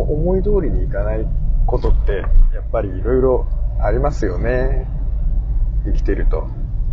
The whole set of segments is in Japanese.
思い通りにいかないことってやっぱりいろいろありますよね。生きてると、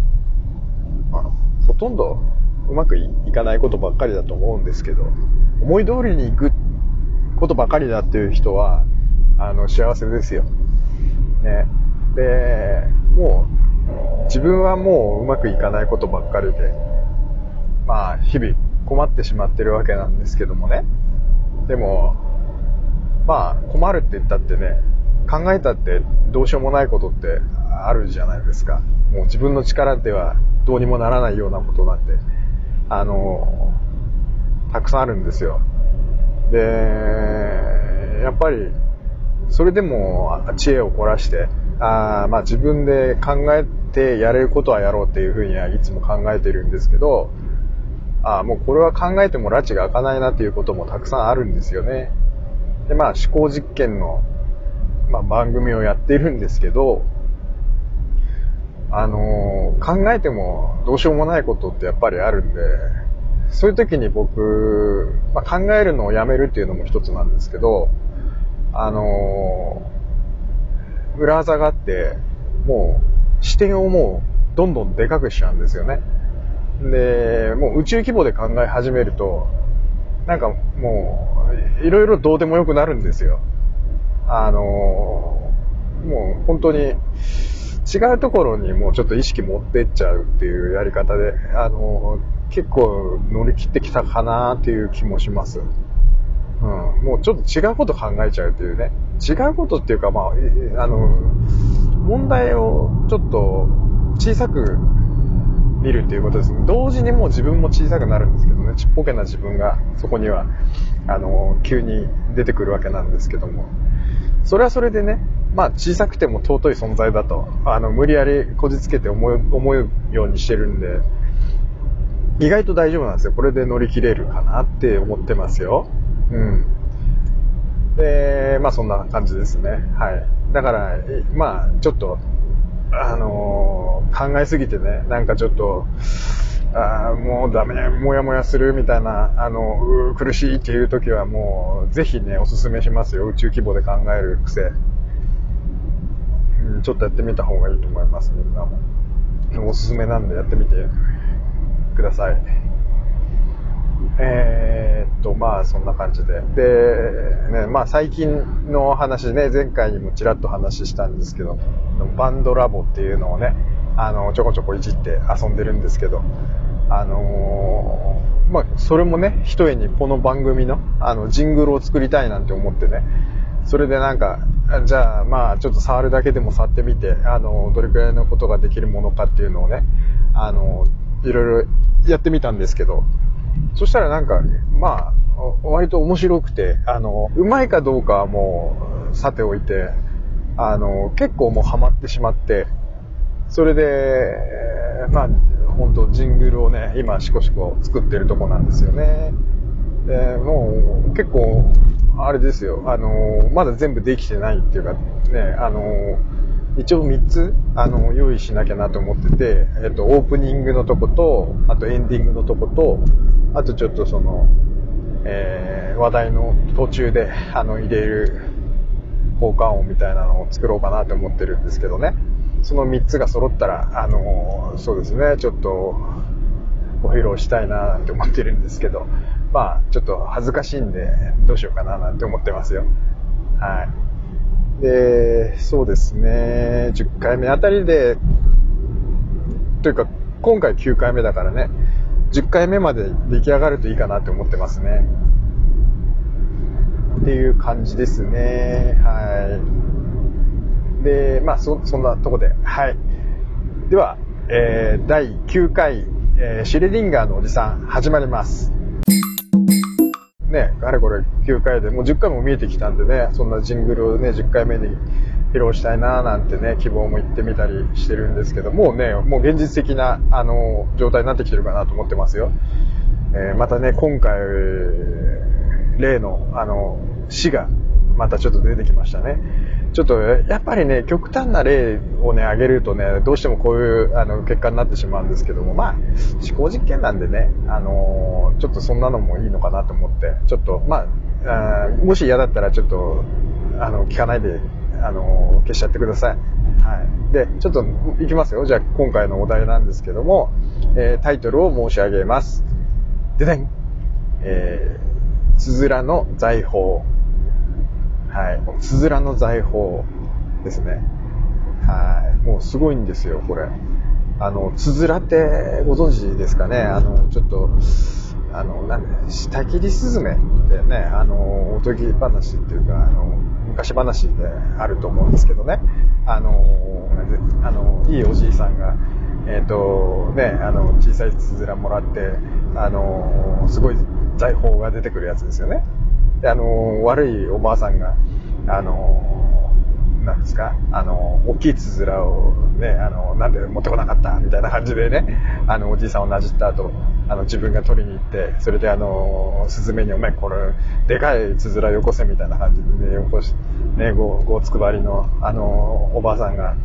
ほとんどうまくいかないことばっかりだと思うんですけど、思い通りにいくことばかりだっていう人は幸せですよ、ね。で、もう自分はもううまくいかないことばっかりで、日々困ってしまってるわけなんですけどもね。でも困るって言ったってね、考えたってどうしようもないことってあるじゃないですか。もう自分の力ではどうにもならないようなことなんてたくさんあるんですよ。で、やっぱりそれでも知恵を凝らして自分で考えてやれることはやろうっていうふうにはいつも考えてるんですけど、もうこれは考えても拉致が開かないなっていうこともたくさんあるんですよね。で、思考実験の、番組をやっているんですけど、考えてもどうしようもないことってやっぱりあるんで、そういう時に僕、考えるのをやめるっていうのも一つなんですけど、裏技があって、もう視点をもうどんどんでかくしちゃうんですよね。で、もう宇宙規模で考え始めると、なんかもういろいろどうでもよくなるんですよ。もう本当に違うところにもうちょっと意識持ってっちゃうっていうやり方で、結構乗り切ってきたかなっていう気もします。もうちょっと違うこと考えちゃうっていうね。違うことっていうか、問題をちょっと小さく見るっていうことですね。同時にもう自分も小さくなるんですけどね、ちっぽけな自分がそこには急に出てくるわけなんですけども、それはそれでね、小さくても尊い存在だと無理やりこじつけて思うようにしてるんで、意外と大丈夫なんですよ。これで乗り切れるかなって思ってますよ。で、そんな感じですね。はい。だからちょっと考えすぎてね、なんかちょっともうダメ、もやもやするみたいな苦しいっていう時はもうぜひね、おすすめしますよ。宇宙規模で考える癖、ちょっとやってみた方がいいと思います。みんなもおすすめなんでやってみてください。そんな感じで。で、ね、最近の話ね、前回にもちらっと話したんですけど、バンドラボっていうのをね、ちょこちょこいじって遊んでるんですけど、それもね、一重にこの番組の、ジングルを作りたいなんて思ってね、それでなんか、じゃあちょっと触るだけでも触ってみて、どれくらいのことができるものかっていうのをね、いろいろやってみたんですけど、そしたらなんか割と面白くて、うまいかどうかはもうさておいて、結構もうハマってしまって、それで本当ジングルをね、今しこしこ作ってるとこなんですよね。で、もう結構あれですよ、まだ全部できてないっていうかね、一応3つ用意しなきゃなと思ってて、オープニングのとこと、あとエンディングのとこと、あとちょっとその、話題の途中で入れる効果音みたいなのを作ろうかなと思ってるんですけどね。その3つが揃ったらそうですね、ちょっとご披露したいななんて思ってるんですけど、ちょっと恥ずかしいんでどうしようかななんて思ってますよ。はい。で、そうですね、10回目あたりで、というか今回9回目だからね、10回目まで出来上がるといいかなって思ってますね。っていう感じですね。はい。で、そんなとこで、はい。では、第9回、シュレディンガーのおじさん始まります。ね、あれこれ9回でもう10回も見えてきたんでね、そんなジングルをね、10回目に披露したいななんてね、希望も言ってみたりしてるんですけど、もう現実的な状態になってきてるかなと思ってますよ。またね、今回例の死がまたちょっと出てきましたね。 ちょっとやっぱりね、極端な例をね挙げるとね、どうしてもこういう結果になってしまうんですけども、まあ思考実験なんでね、ちょっとそんなのもいいのかなと思って、ちょっともし嫌だったらちょっと聞かないで消しちゃってください。はい。で、ちょっといきますよ。じゃあ今回のお題なんですけども、タイトルを申し上げます。ででん、つづらの財宝。はい。つづらの財宝ですね。はい。もうすごいんですよ、これ。つづらってご存知ですかね。ちょっと、下切りスズメってね、おとぎ話っていうか、昔話であると思うんですけどね。いいおじいさんが、小さいつづらもらって、すごい財宝が出てくるやつですよね。で、悪いおばあさんが、なんですか、大きいつづらをね、なんで持ってこなかったみたいな感じでね、おじいさんをなじった後、自分が取りに行って、それでスズメにお前これ、でかいつづらよこせみたいな感じでね、よこし、ね、ごつくばりの、おばあさんが、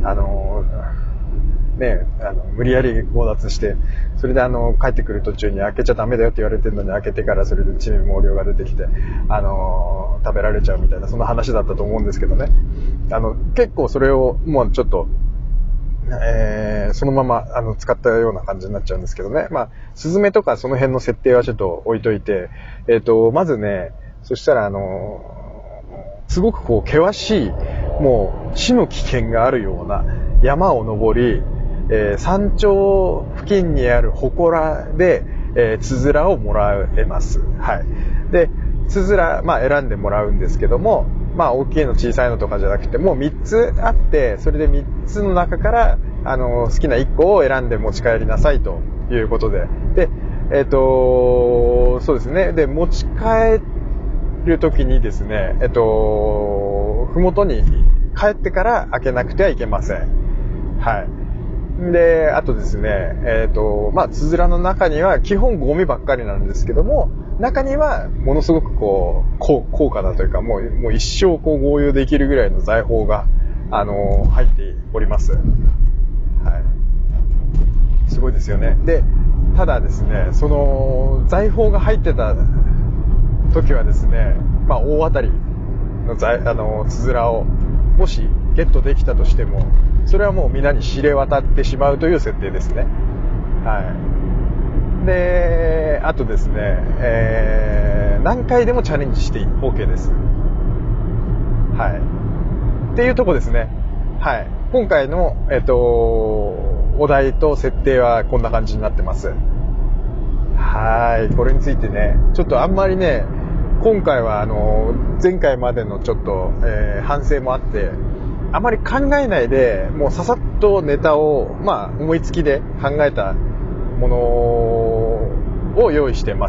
無理やり強奪して、それで帰ってくる途中に開けちゃダメだよって言われてるのに開けてからそれで血に毛量が出てきて、食べられちゃうみたいな、そんな話だったと思うんですけどね。結構それをもうちょっと、そのまま使ったような感じになっちゃうんですけどね。まあ、スズメとかその辺の設定はちょっと置いといて、まずね、そしたらすごくこう険しい、もう死の危険があるような山を登り、山頂付近にある祠で、つづらをもらえます。はい。で、つづら、選んでもらうんですけども、大きいの小さいのとかじゃなくて、もう3つあって、それで3つの中から、好きな1個を選んで持ち帰りなさいということで。で、そうですね。で、持ち帰るときにですね、ふもとに帰ってから開けなくてはいけません。はい。で、あとですね、つづらの中には基本ゴミばっかりなんですけども、中にはものすごく高価だというか、もう一生豪遊できるぐらいの財宝が、入っております。はい。すごいですよね。で、ただですね、その財宝が入ってた時はですね、大当たりのつづらをもしゲットできたとしても、それはもう皆に知れ渡ってしまうという設定ですね。はい。で、あとですね、何回でもチャレンジして OK です。はい。っていうとこですね。はい。今回の、お題と設定はこんな感じになってます。はい。これについてね、ちょっとあんまりね、今回は前回までのちょっと、反省もあって、あまり考えないで、もうささっとネタを、思いつきで考えたものを用意してます。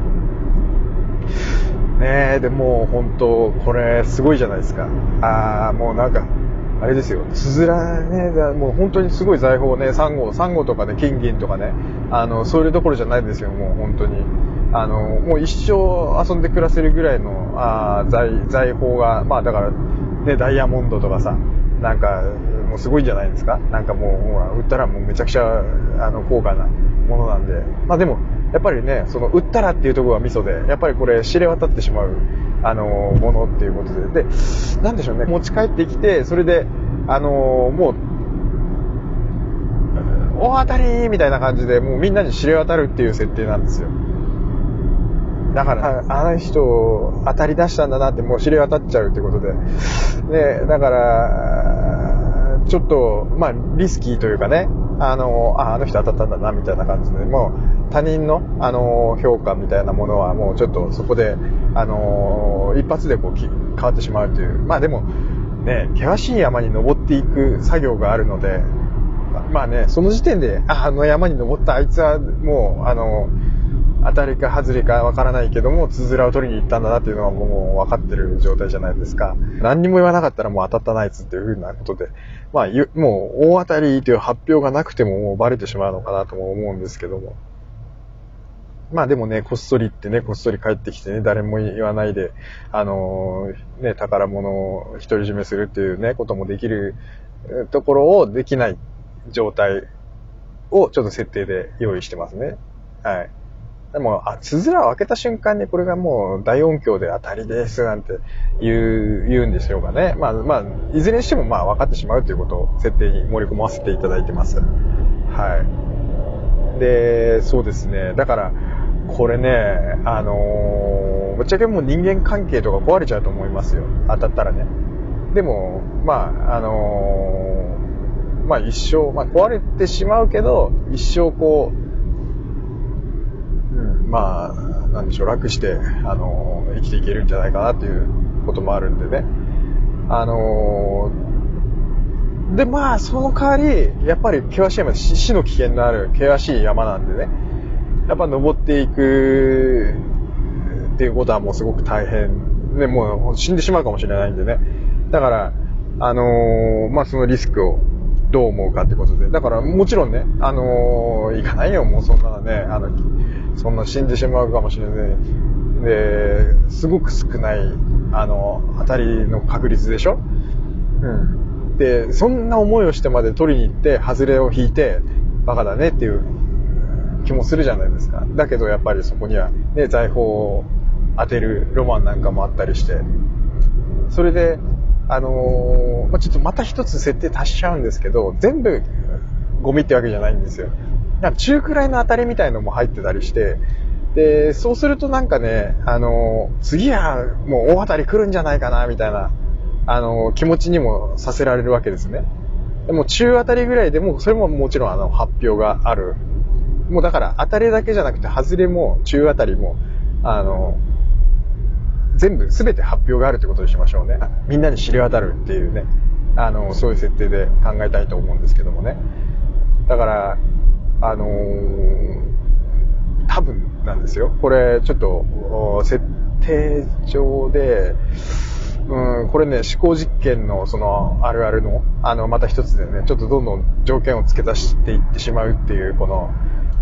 ねえ、でも本当、これすごいじゃないですか。もうなんか、あれですよ、つづらね、もう本当にすごい財宝ね、サンゴとかね、金銀とかね、それどころじゃないですよ、もう本当に。もう一生遊んで暮らせるぐらいの、財宝が、だから、ね、ダイヤモンドとかさ、なんか、もうすごいんじゃないですか。なんかもう、売ったらもうめちゃくちゃ、高価なものなんで。でも、やっぱりね、その、売ったらっていうところがミソで、やっぱりこれ、知れ渡ってしまう、ものっていうことで。で、なんでしょうね、持ち帰ってきて、それで、もう、大当たりみたいな感じで、もうみんなに知れ渡るっていう設定なんですよ。だから、あの人当たり出したんだなってもう知れ渡っちゃうってことで。ね、だから、ちょっと、リスキーというかね、あの人当たったんだなみたいな感じで、もう他人の、評価みたいなものはもうちょっとそこで、一発で変わってしまうという。でも、ね、険しい山に登っていく作業があるので、その時点で、あの山に登ったあいつはもう、当たりか外れかわからないけども、つづらを取りに行ったんだなっていうのはもう分かってる状態じゃないですか。何にも言わなかったらもう当たったなあいつっていう風なことで、もう大当たりという発表がなくてももうバレてしまうのかなとも思うんですけども。 まあでもね、こっそり行ってね、こっそり帰ってきてね、誰も言わないで、ね、宝物を独り占めするっていうね、こともできるところをできない状態をちょっと設定で用意してますね。はい。でも、つづらを開けた瞬間にこれがもう大音響で当たりですなんて言うんでしょうかね。まあ、いずれにしてもまあ分かってしまうということを設定に盛り込ませていただいてます。はい。で、そうですね。だから、これね、ぶっちゃけもう人間関係とか壊れちゃうと思いますよ。当たったらね。でも、まあ一生、まあ壊れてしまうけど、一生こう、まあ、なんでしょう、楽して、生きていけるんじゃないかなっていうこともあるんでね。で、まあ、その代わり、やっぱり険しい山、死の危険のある険しい山なんでね、やっぱ登っていくっていうことはもうすごく大変。ね、もう死んでしまうかもしれないんでね。だから、まあ、そのリスクをどう思うかってことで。だからもちろんね、行かないよ、もうそんなね、そんな死んでしまうかもしれない。で、すごく少ない、当たりの確率でしょ？で、そんな思いをしてまで取りに行って、外れを引いて、バカだねっていう気もするじゃないですか。だけどやっぱりそこには、ね、財宝を当てるロマンなんかもあったりして、それで、ちょっとまた一つ設定足しちゃうんですけど、全部ゴミってわけじゃないんですよ。中くらいの当たりみたいのも入ってたりして、で、そうするとなんかね、次はもう大当たり来るんじゃないかな、みたいな、気持ちにもさせられるわけですね。でも中当たりぐらいでも、それももちろん発表がある。もうだから当たりだけじゃなくて、外れも中当たりも、全て発表があるってことにしましょうね。みんなに知り渡るっていうね、そういう設定で考えたいと思うんですけどもね。だから、多分なんですよ。これちょっと設定上で、これね、思考実験のそのあるあるのまた一つでね、ちょっとどんどん条件を付け足していってしまうっていうこの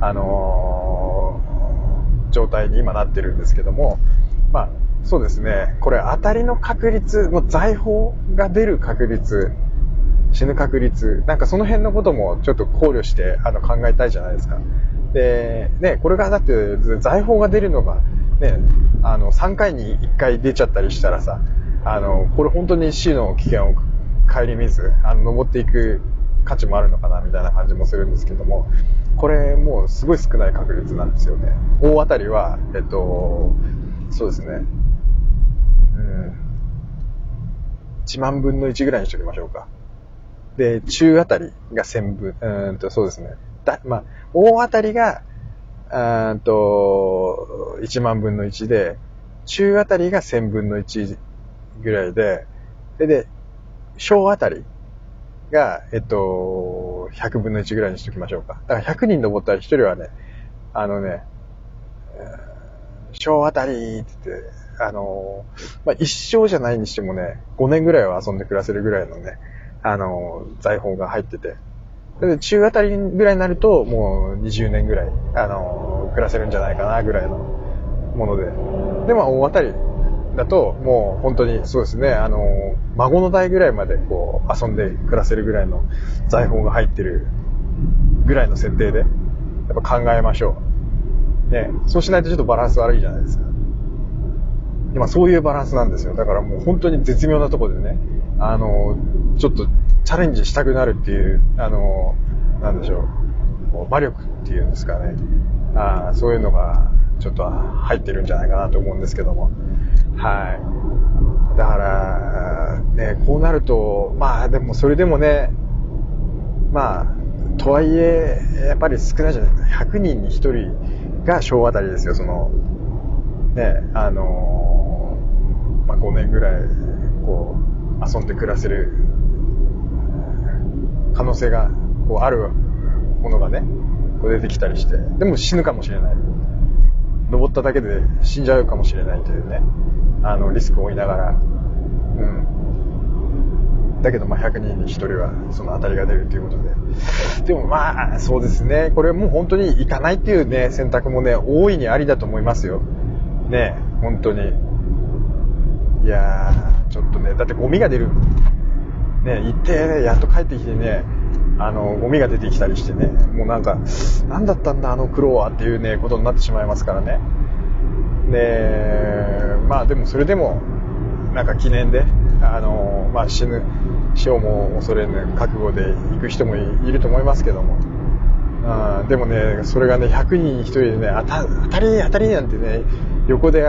状態に今なってるんですけども、まあそうですね。これ当たりの確率、もう財宝が出る確率、死ぬ確率、なんかその辺のこともちょっと考慮して考えたいじゃないですか。で、ね、これがだって財宝が出るのがね、3回に1回出ちゃったりしたらさ、これ本当に死の危険を顧みず、登っていく価値もあるのかなみたいな感じもするんですけども、これもうすごい少ない確率なんですよね。大当たりは、そうですね。1万分の1ぐらいにしておきましょうか。で、中当たりが1000分、そうですね。まあ、大当たりが、1万分の1で、中当たりが1000分の1ぐらいで、で、小当たりが、100分の1ぐらいにしておきましょうか。だから100人登ったら1人はね、小当たりって言って、まあ、一生じゃないにしてもね、5年ぐらいは遊んで暮らせるぐらいのね、財宝が入ってて。で、中当たりぐらいになると、もう20年ぐらい、暮らせるんじゃないかな、ぐらいのもので。で、まあ、大当たりだと、もう本当にそうですね、孫の代ぐらいまでこう、遊んで暮らせるぐらいの財宝が入ってるぐらいの設定で、やっぱ考えましょう。ね、そうしないとちょっとバランス悪いじゃないですか。今そういうバランスなんですよ。だからもう本当に絶妙なところでね、ちょっとチャレンジしたくなるっていう、なんでしょう、魔力っていうんですかね。そういうのがちょっと入ってるんじゃないかなと思うんですけども。はい。だから、ね、こうなると、まあでもそれでもね、まあ、とはいえ、やっぱり少ないじゃないですか。100人に1人が小当たりですよ、その、ね、まあ5年ぐらい、こう、遊んで暮らせる可能性が、こう、あるものがね、こう出てきたりして、でも死ぬかもしれない。登っただけで死んじゃうかもしれないというね、リスクを負いながら、 だけど100人に1人はその当たりが出るということで。でもそうですね。これもう本当に行かないっていうね、選択もね、大いにありだと思いますよ。ね、本当に。いやー、ちょっとね、だってゴミが出る。ね、行って、やっと帰ってきてね、ゴミが出てきたりしてね、もうなんか、なんだったんだあの苦労はっていうね、ことになってしまいますからね。で、でもそれでも、なんか記念で、死をも恐れぬ覚悟で行く人もいると思いますけども、でもね、それがね、100人に1人でね、当たりなんてね、横で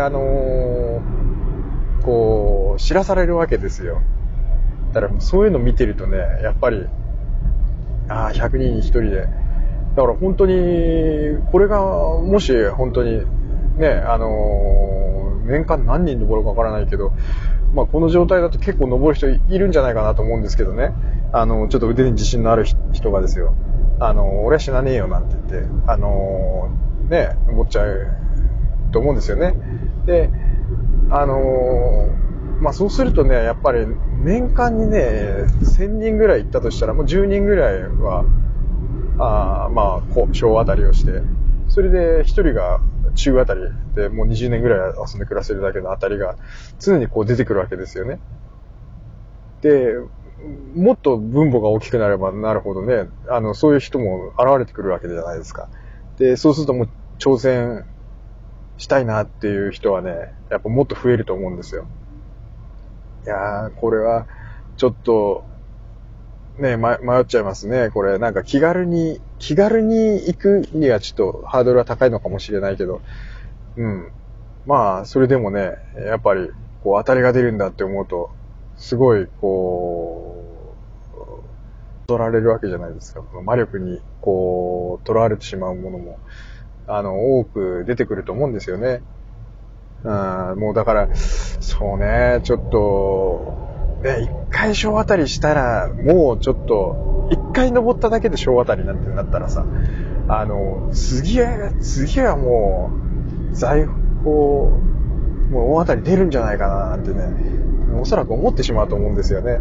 こう知らされるわけですよ。だからそういうの見てるとね、やっぱり100人に1人で、だから本当にこれがもし本当にね、年間何人登るかわからないけど、この状態だと結構登る人いるんじゃないかなと思うんですけどね。ちょっと腕に自信のある人がですよ。俺は死なねえよなんて言って、思っちゃうと思うんですよね。で、そうするとね、やっぱり年間にね、1000人ぐらい行ったとしたら、もう10人ぐらいは、小当たりをして、それで1人が中当たりでもう20年ぐらい遊んで暮らせるだけの当たりが常にこう出てくるわけですよね。で、もっと分母が大きくなればなるほどね、そういう人も現れてくるわけじゃないですか。で、そうするともう挑戦したいなっていう人はね、やっぱもっと増えると思うんですよ。いやー、これはちょっとね、迷っちゃいますね。これなんか気軽に行くにはちょっとハードルは高いのかもしれないけど、それでもね、やっぱりこう当たりが出るんだって思うと、すごいこう取られるわけじゃないですか。この魔力にこう取られてしまうものも多く出てくると思うんですよね。もうだからそうね、ちょっと一回小当たりしたらもうちょっと一回登っただけで小当たりなんてなったらさ、次はもう財宝もう大当たり出るんじゃないかななんてね、おそらく思ってしまうと思うんですよね。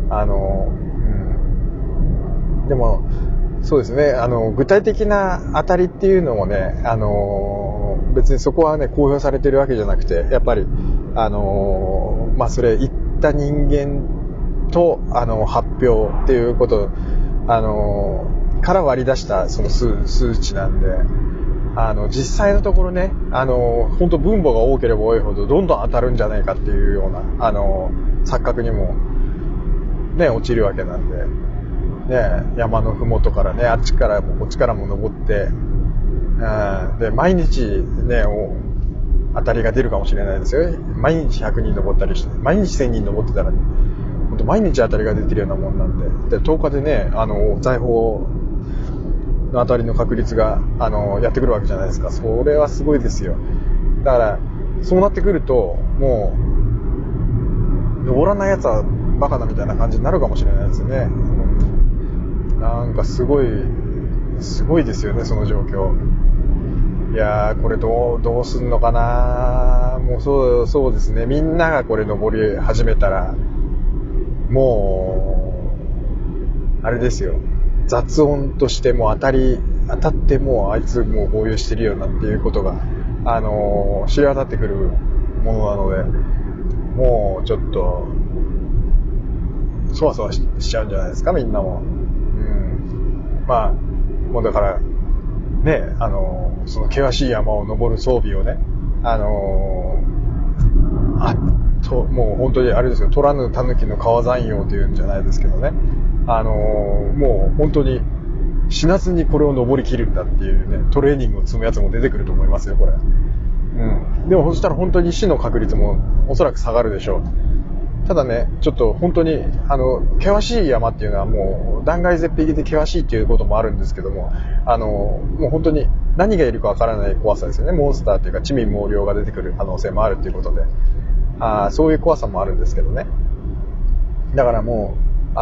でもそうですね、具体的な当たりっていうのもね、別にそこはね公表されてるわけじゃなくて、やっぱりそれ行った人間と発表っていうことから割り出したその数値なんで、実際のところね、本当分母が多ければ多いほどどんどん当たるんじゃないかっていうような錯覚にもね落ちるわけなんで。ね、山のふもとからね、あっちからもこっちからも登って、で毎日ね当たりが出るかもしれないですよ。毎日100人登ったりして、毎日1000人登ってたら、本当毎日当たりが出てるようなもんなんで、10日でね財宝の当たりの確率がやってくるわけじゃないですか。それはすごいですよ。だからそうなってくるともう登らないやつはバカだみたいな感じになるかもしれないですよね。なんかすごいですよね、その状況。いやー、これどうすんのかな。もうそうですね、みんながこれ登り始めたらもうあれですよ、雑音としても当たってもうあいつもう合流してるよなんていうことが知り渡ってくるものなので、もうちょっとそわそわしちゃうんじゃないですか、みんなも。もうだからね、その険しい山を登る装備をね、もう本当にあれですよ、取らぬ狸の川山用というんじゃないですけどね、もう本当に死なずにこれを登り切るんだっていうね、トレーニングを積むやつも出てくると思いますよ、これ。でもそしたら本当に死の確率もおそらく下がるでしょう。ただね、ちょっと本当に険しい山っていうのはもう断崖絶壁で険しいっていうこともあるんですけども、もう本当に何がいるかわからない怖さですよね。モンスターというか魑魅魍魎が出てくる可能性もあるっていうことで、そういう怖さもあるんですけどね。だからも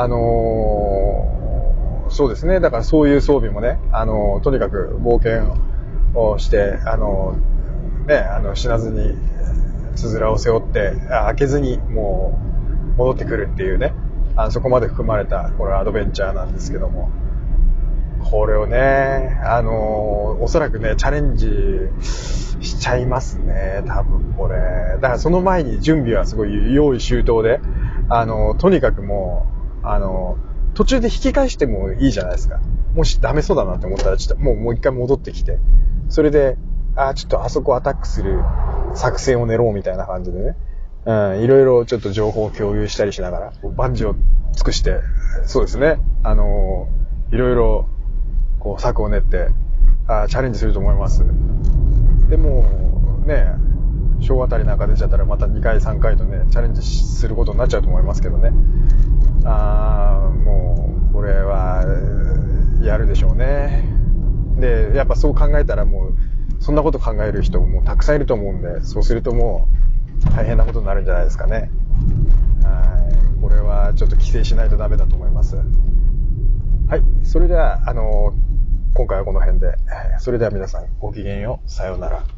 うそうですね、だからそういう装備もね、とにかく冒険をして死なずにつづらを背負って開けずにもう戻ってくるっていうね、 そこまで含まれたこれアドベンチャーなんですけども、これをね、おそらくねチャレンジしちゃいますね、多分これ。だからその前に準備はすごい用意周到で、とにかくもう途中で引き返してもいいじゃないですか。もしダメそうだなって思ったらちょっともう一回戻ってきて、それでちょっとあそこアタックする作戦を練ろうみたいな感じでね、いろいろちょっと情報を共有したりしながら万事を尽くして、そうですね、いろいろこう策を練ってチャレンジすると思います。でもね、小当たりなんか出ちゃったらまた2回3回とねチャレンジすることになっちゃうと思いますけどね。もうこれはやるでしょうね。でやっぱそう考えたらもうそんなこと考える人もたくさんいると思うんで、そうするともう大変なことになるんじゃないですかね。これはちょっと規制しないとダメだと思います。はい、それでは今回はこの辺で、それでは皆さんごきげんよう、さようなら。